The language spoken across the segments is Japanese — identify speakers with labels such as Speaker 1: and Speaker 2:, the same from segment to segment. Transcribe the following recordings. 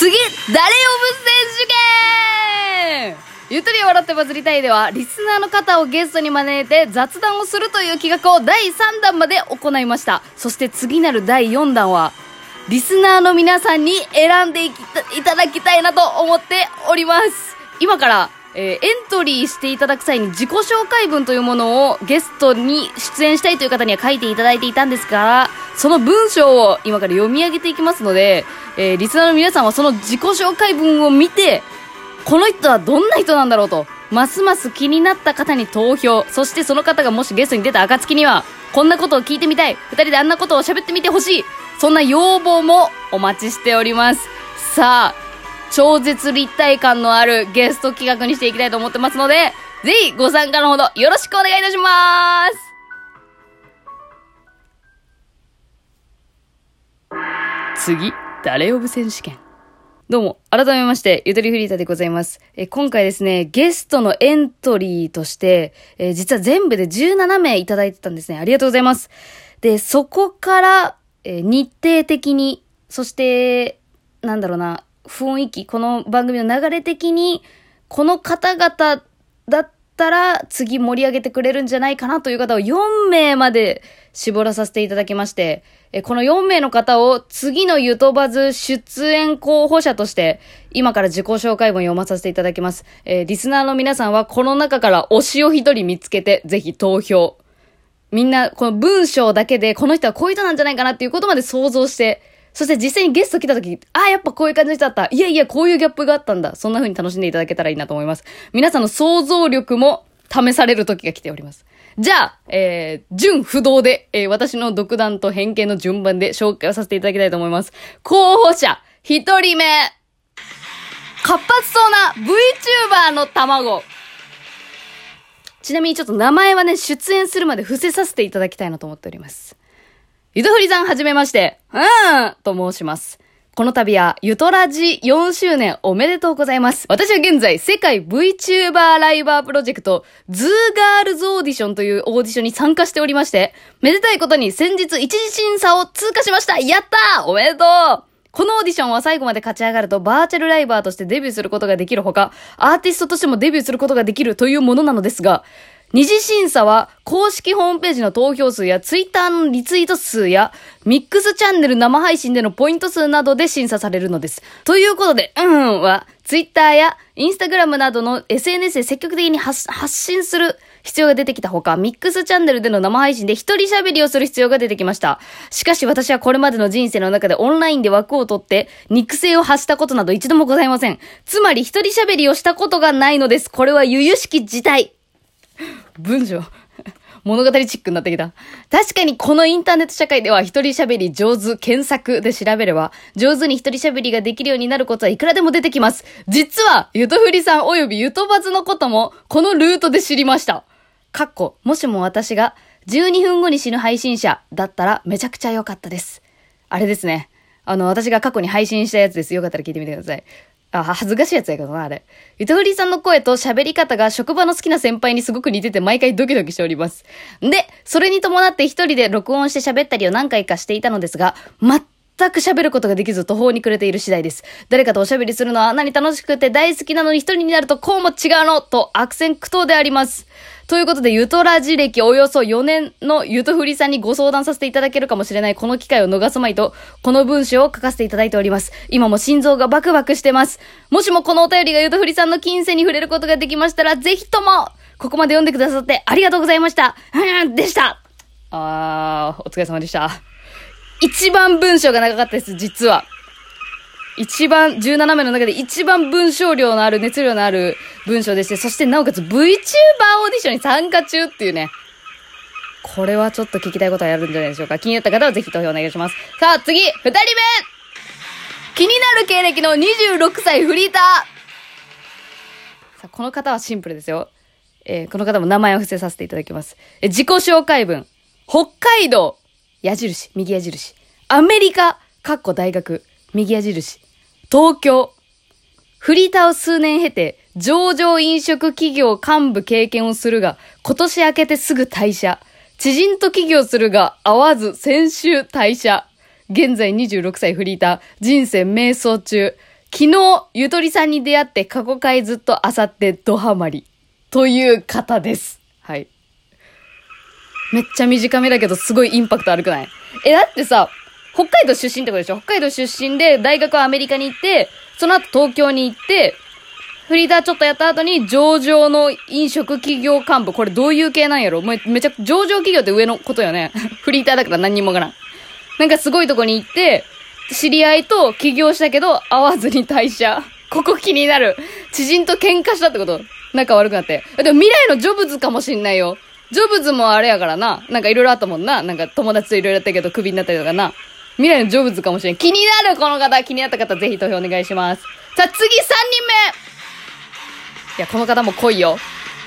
Speaker 1: 次、誰呼ぶ選手権。ゆとり笑ってバズりたいでは、リスナーの方をゲストに招いて雑談をするという企画を第3弾まで行いました。そして次なる第4弾は、リスナーの皆さんに選んでいただきたいなと思っております。今から、エントリーしていただく際に自己紹介文というものをゲストに出演したいという方には書いていただいていたんですが、その文章を今から読み上げていきますので、リスナーの皆さんはその自己紹介文を見て、この人はどんな人なんだろうと、ますます気になった方に投票。そしてその方がもしゲストに出た暁には、こんなことを聞いてみたい、二人であんなことを喋ってみてほしい、そんな要望もお待ちしております。さあ、超絶立体感のあるゲスト企画にしていきたいと思ってますので、ぜひご参加のほどよろしくお願いいたします。次、誰呼ぶ選手権。どうも、改めまして、ゆとりフリータでございます。今回ですね、ゲストのエントリーとして、実は全部で17名いただいてたんですね。ありがとうございます。で、そこから、日程的に、そして、なんだろうな、雰囲気、この番組の流れ的に、この方々だったら次盛り上げてくれるんじゃないかなという方を4名まで絞らさせていただきまして、この4名の方を次のゆとばず出演候補者として、今から自己紹介文読まさせていただきます。リスナーの皆さんはこの中から推しを1人見つけて、ぜひ投票。みんな、この文章だけで、この人はこういう人なんじゃないかなっていうことまで想像して、そして実際にゲスト来た時、やっぱこういう感じだった。いやいや、こういうギャップがあったんだ。そんな風に楽しんでいただけたらいいなと思います。皆さんの想像力も試される時が来ております。じゃあ、順不動で、私の独断と偏見の順番で紹介をさせていただきたいと思います。候補者、1人目。活発そうな VTuber の卵。ちなみにちょっと名前はね、出演するまで伏せさせていただきたいなと思っております。ゆとふりさんはじめまして、と申します。この度はゆとラジ4周年おめでとうございます。私は現在世界 VTuber ライバープロジェクトズーガールズオーディションというオーディションに参加しておりまして、めでたいことに先日一次審査を通過しました。やったー、おめでとう。このオーディションは最後まで勝ち上がるとバーチャルライバーとしてデビューすることができるほか、アーティストとしてもデビューすることができるというものなのですが、二次審査は公式ホームページの投票数やツイッターのリツイート数やミックスチャンネル生配信でのポイント数などで審査されるのです。ということで、はツイッターやインスタグラムなどの SNS で積極的に発信する必要が出てきたほか、ミックスチャンネルでの生配信で一人喋りをする必要が出てきました。しかし私はこれまでの人生の中でオンラインで枠を取って肉声を発したことなど一度もございません。つまり一人喋りをしたことがないのです。これは由々しき事態。文章物語チックになってきた。確かにこのインターネット社会では一人喋り上手検索で調べれば上手に一人喋りができるようになることはいくらでも出てきます。実はゆとふりさんおよびゆとばずのこともこのルートで知りました。もしも私が12分後に死ぬ配信者だったらめちゃくちゃ良かったです。あれですね。私が過去に配信したやつです。よかったら聞いてみてください。恥ずかしいやつやけどな、あれ。ゆとふりさんの声と喋り方が職場の好きな先輩にすごく似てて毎回ドキドキしております。で、それに伴って一人で録音して喋ったりを何回かしていたのですが、全く喋ることができず途方に暮れている次第です。誰かとおしゃべりするのはあんなに楽しくて大好きなのに一人になるとこうも違うのと悪戦苦闘であります。ということで、ゆとラジ歴およそ4年のゆとふりさんにご相談させていただけるかもしれないこの機会を逃すまいと、この文章を書かせていただいております。今も心臓がバクバクしてます。もしもこのお便りがゆとふりさんの金銭に触れることができましたら、ぜひとも、ここまで読んでくださってありがとうございました。でした。お疲れ様でした。一番文章が長かったです、実は。17名の中で一番文章量のある、熱量のある文章でして、そしてなおかつ VTuber オーディションに参加中っていうね。これはちょっと聞きたいことはやるんじゃないでしょうか。気になった方はぜひ投票お願いします。さあ次、2人目気になる経歴の26歳フリーター。さあこの方はシンプルですよ。この方も名前を伏せさせていただきます。自己紹介文。北海道、矢印、右矢印。アメリカ、大学、右矢印。東京。フリーターを数年経て、上場飲食企業幹部経験をするが、今年明けてすぐ退社。知人と起業するが、会わず先週退社。現在26歳フリーター、人生迷走中。 昨日、ゆとりさんに出会って過去回ずっと漁ってドハマり。という方です。はい。めっちゃ短めだけどすごいインパクトあるくない？だってさ、北海道出身ってことでしょ？北海道出身で大学はアメリカに行って、その後東京に行って、フリーターちょっとやった後に上場の飲食企業幹部。これどういう系なんやろ？めちゃ上場企業って上のことよね。フリーターだから何にもわからん。なんかすごいとこに行って、知り合いと起業したけど会わずに退社。ここ気になる。知人と喧嘩したってこと？仲悪くなって。でも未来のジョブズかもしんないよ。ジョブズもあれやからな。なんかいろいろあったもんな。なんか友達といろいろやったけどクビになったりとかな。未来のジョブズかもしれん。気になるこの方。気になった方ぜひ投票お願いします。さあ次3人目。いや、この方も来いよ。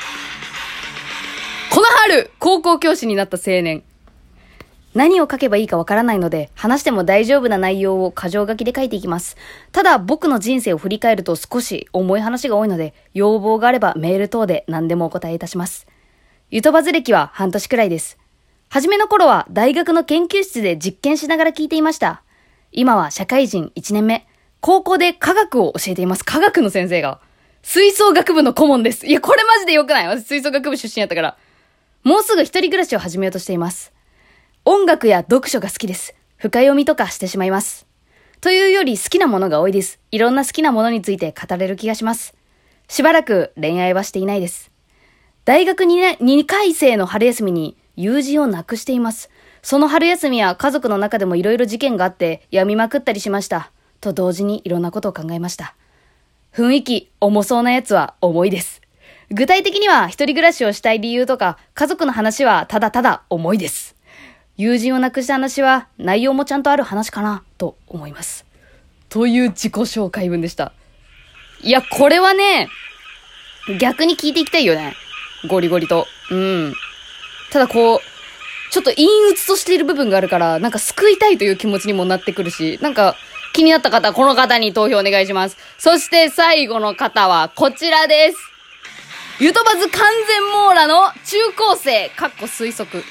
Speaker 1: この春、高校教師になった青年。何を書けばいいかわからないので、話しても大丈夫な内容を箇条書きで書いていきます。ただ、僕の人生を振り返ると少し重い話が多いので、要望があればメール等で何でもお答えいたします。ゆとばず歴は半年くらいです。初めの頃は大学の研究室で実験しながら聞いていました。今は社会人1年目。高校で科学を教えています。科学の先生が。吹奏楽部の顧問です。いや、これマジで良くない？私吹奏楽部出身やったから。もうすぐ一人暮らしを始めようとしています。音楽や読書が好きです。深読みとかしてしまいます。というより好きなものが多いです。いろんな好きなものについて語れる気がします。しばらく恋愛はしていないです。大学2回生の春休みに友人を亡くしています。その春休みは家族の中でもいろいろ事件があって病みまくったりしました。と同時にいろんなことを考えました。雰囲気重そうなやつは重いです。具体的には一人暮らしをしたい理由とか家族の話はただただ重いです。友人を亡くした話は内容もちゃんとある話かなと思います。という自己紹介文でした。いや、これはね、逆に聞いていきたいよね。ゴリゴリと。ただこう、ちょっと陰鬱としている部分があるから、なんか救いたいという気持ちにもなってくるし、なんか気になった方、この方に投票お願いします。そして最後の方はこちらです。ゆとばず完全網羅の中高生、推測。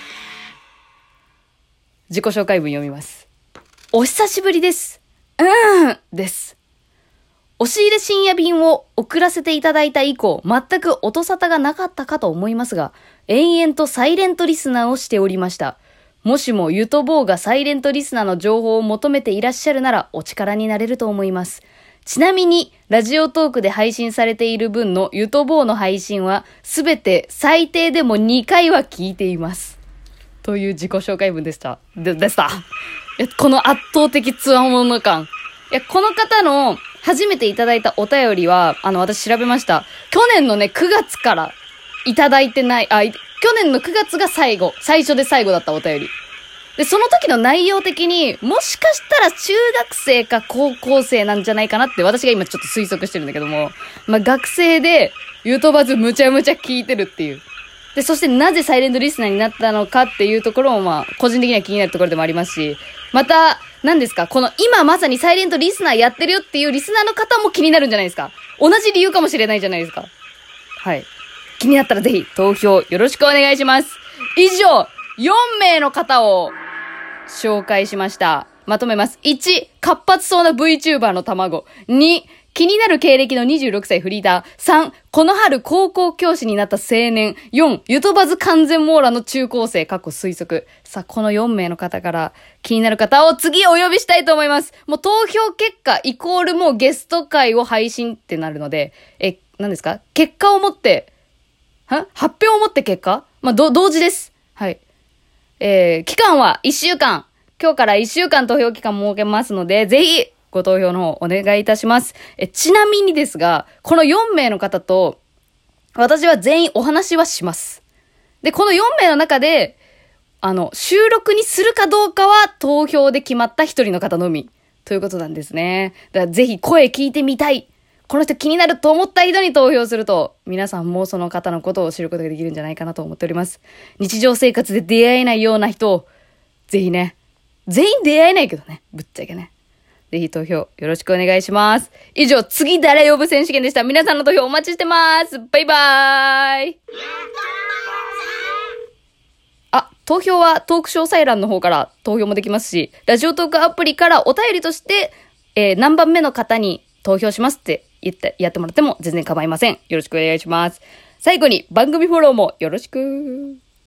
Speaker 1: 自己紹介文読みます。お久しぶりです。です。押し入れ深夜便を送らせていただいた以降、全く音沙汰がなかったかと思いますが、延々とサイレントリスナーをしておりました。もしもゆとぼうがサイレントリスナーの情報を求めていらっしゃるならお力になれると思います。ちなみに、ラジオトークで配信されている分のゆとぼうの配信は、すべて最低でも2回は聞いています。という自己紹介文でした。でした。いや、この圧倒的つわもの感。いや、この方の初めていただいたお便りは、私調べました。去年のね、9月からいただいてない、去年の9月が最初で最後だったお便り。で、その時の内容的に、もしかしたら中学生か高校生なんじゃないかなって私が今ちょっと推測してるんだけども、学生で、ゆとばずむちゃむちゃ聞いてるっていう。で、そしてなぜサイレントリスナーになったのかっていうところも個人的には気になるところでもありますし、また、何ですかこの今まさにサイレントリスナーやってるよっていうリスナーの方も気になるんじゃないですか？同じ理由かもしれないじゃないですか。はい。気になったらぜひ投票よろしくお願いします。以上、4名の方を紹介しました。まとめます。1、活発そうな VTuber の卵。2、気になる経歴の26歳フリーター。3、この春高校教師になった青年。4、ゆとばず完全網羅の中高生、推測。さあ、この4名の方から気になる方を次お呼びしたいと思います。もう投票結果イコールもうゲスト会を配信ってなるので、何ですか？結果をもって、発表をもって結果？同時です。はい。期間は1週間。今日から1週間投票期間設けますので、ぜひ、ご投票の方お願いいたします。ちなみにですが、この4名の方と、私は全員お話はします。で、この4名の中で、収録にするかどうかは投票で決まった1人の方のみ。ということなんですね。だからぜひ声聞いてみたい。この人気になると思った人に投票すると、皆さんもその方のことを知ることができるんじゃないかなと思っております。日常生活で出会えないような人を、ぜひね、全員出会えないけどね、ぶっちゃけね。ぜひ投票よろしくお願いします。以上、次誰呼ぶ選手権でした。皆さんの投票お待ちしてます。バイバーイ。投票はトーク詳細欄の方から投票もできますし、ラジオトークアプリからお便りとして、何番目の方に投票しますってやってもらっても全然構いません。よろしくお願いします。最後に番組フォローもよろしく。